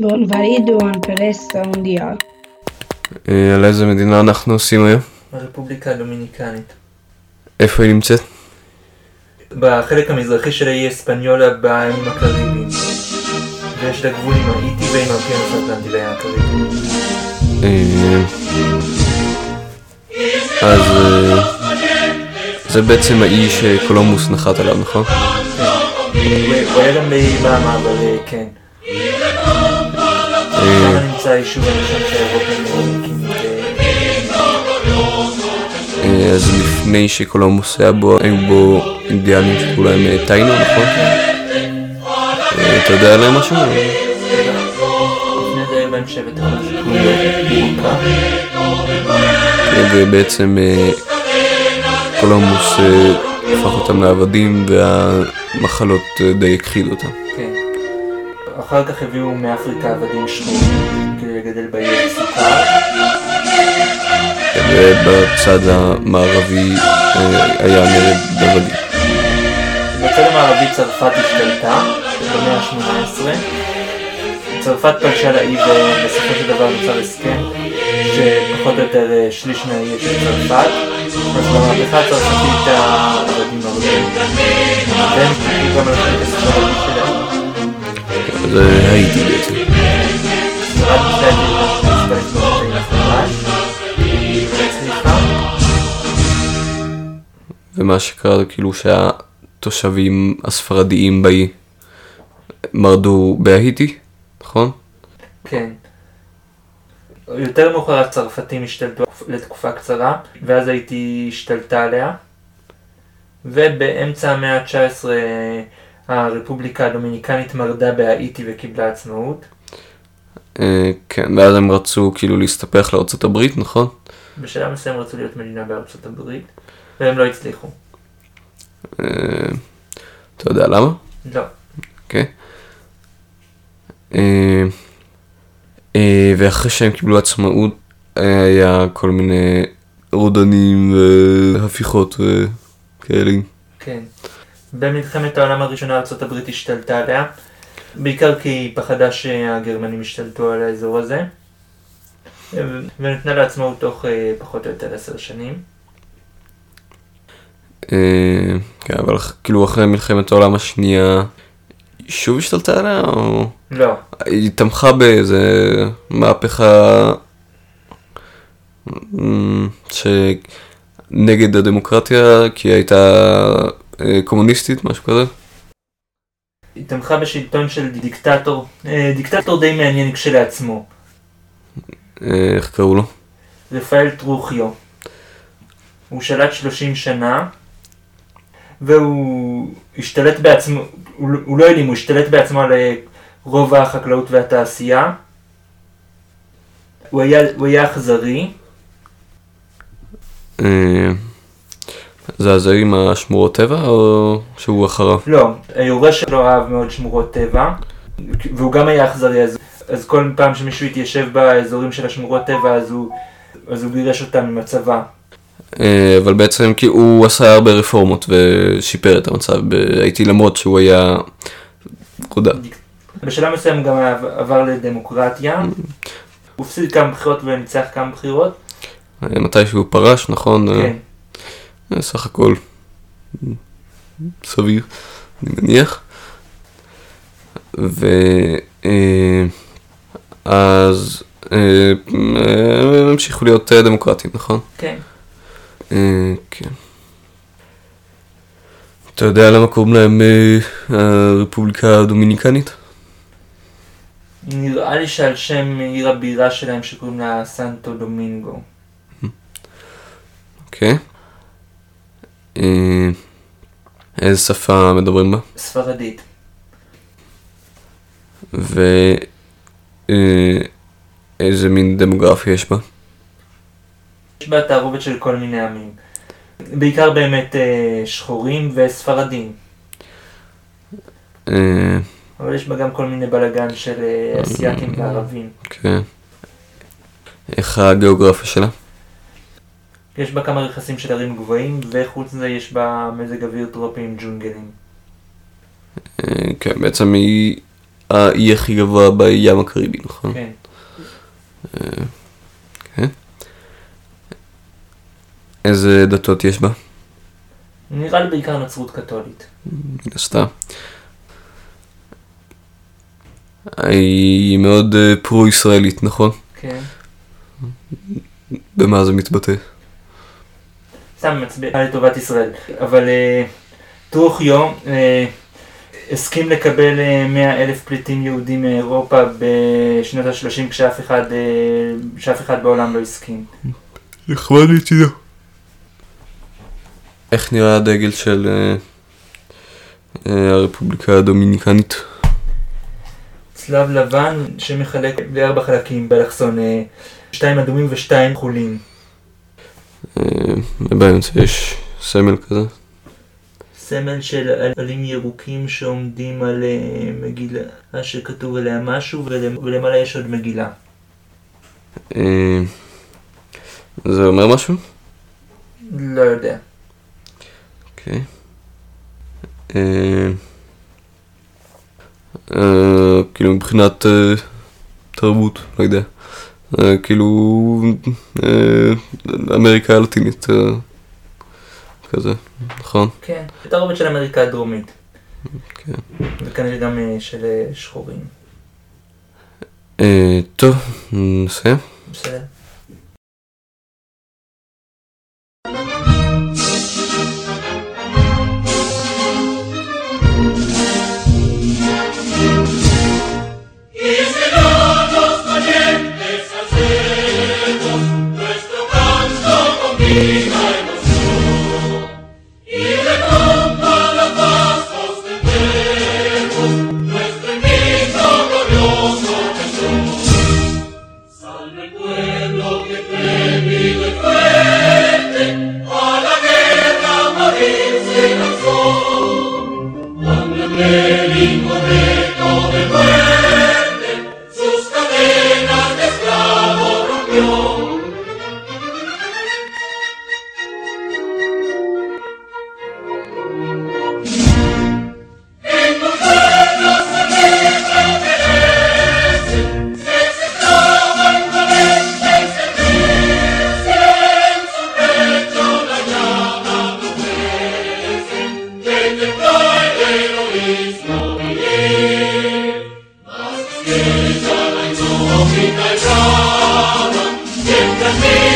Don Varido Peressa Mundial. על איזה מדינה אנחנו עושים היום? הרפובליקה הדומיניקנית. איפה היא נמצאת? בחלק המזרחי של האי אספניולה בימים הקריביים. ויש לה גבול עם האיטי ועם האוקיינוס האטלנטי לים הקריביים. אז זה בעצם האי שקולומבוס נחת עליו, נכון? הוא היה גם ביבמה, אבל כן. שם נמצא היישוב הראשון שהאירופים הקימו. אז לפני שקולומבוס היו בו אינדיאנים שקראו להם טיינו, נכון? אתה יודע עליהם משהו? לפני זה היו בהם שבט חדש שקראו בורקה. ובעצם קולומבוס הפך אותם לעבדים והמחלות די הכחידו אותם. כן. אחר כך הביאו מאפריקה עבדים שחורים כדי לגדל בעיר סוכר. ובצד המערבי היה מרד דוודי. בצד המערבי צרפת השתלטה במאה ה-18. צרפת פלשה לאי ובסופו של דבר נוצר הסכם שפחות או יותר שליש מהאי של צרפת. אז במהפכה הצרפתית העבדים עבדים. והם תקעו גם על החלק הספרדי של האי. זה הייתי בעצם. רק בשביל להספלט בבתי החדש. ומה שקרה זה כאילו שהתושבים הספרדיים באי מרדו בהאיטי, נכון? כן. יותר מאוחר הצרפתים השתלטו לתקופה קצרה, ואז הייתי השתלטה עליה. ובאמצע המאה ה-19 הרפובליקה הדומיניקנית מרדה בהאיטי וקיבלה עצמאות. כן, ואז הם רצו כאילו להסתפח לארצות הברית, נכון? בשלב מסוים רצו להיות מדינה בארצות הברית, והם לא הצליחו. אתה יודע למה? לא. אוקיי. ואחרי שהם קיבלו עצמאות, היה כל מיני רודנים והפיכות וכאלה. כן. במלחמת העולם הראשונה ארצות הברית השתלטה עליה, בעיקר כי היא פחדה שהגרמנים השתלטו על האזור הזה, ונתנה לעצמאות תוך פחות או יותר 10 שנים. כן, אבל כאילו אחרי מלחמת העולם השנייה, היא שוב השתלטה עליה או? לא. היא תמכה באיזה מהפכה שנגד הדמוקרטיה, כי היא הייתה קומוניסטית, משהו כזה? היא תמכה בשלטון של דיקטטור, דיקטטור די מעניין כשלעצמו. איך קראו לו? רפאל טרוחיו. הוא שלט 30 שנה, והוא השתלט בעצמו, הוא לא יודעים, הוא השתלט בעצמו על רוב החקלאות והתעשייה. הוא היה אכזרי. זה עם השמורות טבע או שהוא אחריו? לא, היורש שלו אהב מאוד שמורות טבע, והוא גם היה אכזרי, אז כל פעם שמישהו התיישב באזורים של השמורות טבע, אז הוא גירש אותם עם הצבא. אבל בעצם כי הוא עשה הרבה רפורמות ושיפר את המצב בהאיטי, למרות שהוא היה רודן. בשלב מסוים הוא גם עבר לדמוקרטיה. הוא הפסיד כמה בחירות וניצח כמה בחירות. מתי שהוא פרש, נכון? כן. סך הכל סביר, אני מניח. אז הם המשיכו להיות דמוקרטיים, נכון? כן. כן. אתה יודע למה קוראים להם הרפובליקה הדומיניקנית? נראה לי שעל שם עיר הבירה שלהם שקוראים לה סנטו דומינגו. אוקיי. איזה שפה מדברים בה? ספרדית. ואיזה מין דמוגרפיה יש בה? יש בה תערובת של כל מיני עמים. בעיקר באמת שחורים וספרדים. אבל יש בה גם כל מיני בלגן של אסיאטים וערבים. כן. איך הגיאוגרפיה שלה? יש בה כמה רכסים של ערים גבוהים, וחוץ מזה יש בה מזג אוויר טרופי עם ג'ונגלים. כן, בעצם היא האי הכי גבוה בים הקריבי, נכון? כן. כן. איזה דתות יש בה? נראה לי בעיקר נצרות קתולית. מן הסתם. היא מאוד פרו-ישראלית, נכון? כן. במה זה מתבטא? סתם מצביע לטובת ישראל. אבל טרוחיו הסכים לקבל 100,000 פליטים יהודים מאירופה בשנות ה-30 כשאף אחד בעולם לא הסכים. נחמד לצידו. איך נראה הדגל של הרפובליקה הדומיניקנית? צלב לבן שמחלק ל4 חלקים באלכסון, 2 אדומים ו2 כחולים. באמצע יש סמל כזה? סמל של עלים ירוקים שעומדים על מגילה שכתוב עליה משהו ולמעלה יש עוד מגילה. זה אומר משהו? לא יודע. אוקיי. כאילו מבחינת תרבות, לא יודע. כאילו אמריקה הלטינית כזה, נכון? כן, תרבות של אמריקה הדרומית. כן. וכנראה גם של שחורים. טוב, נסיים. בסדר. Siempre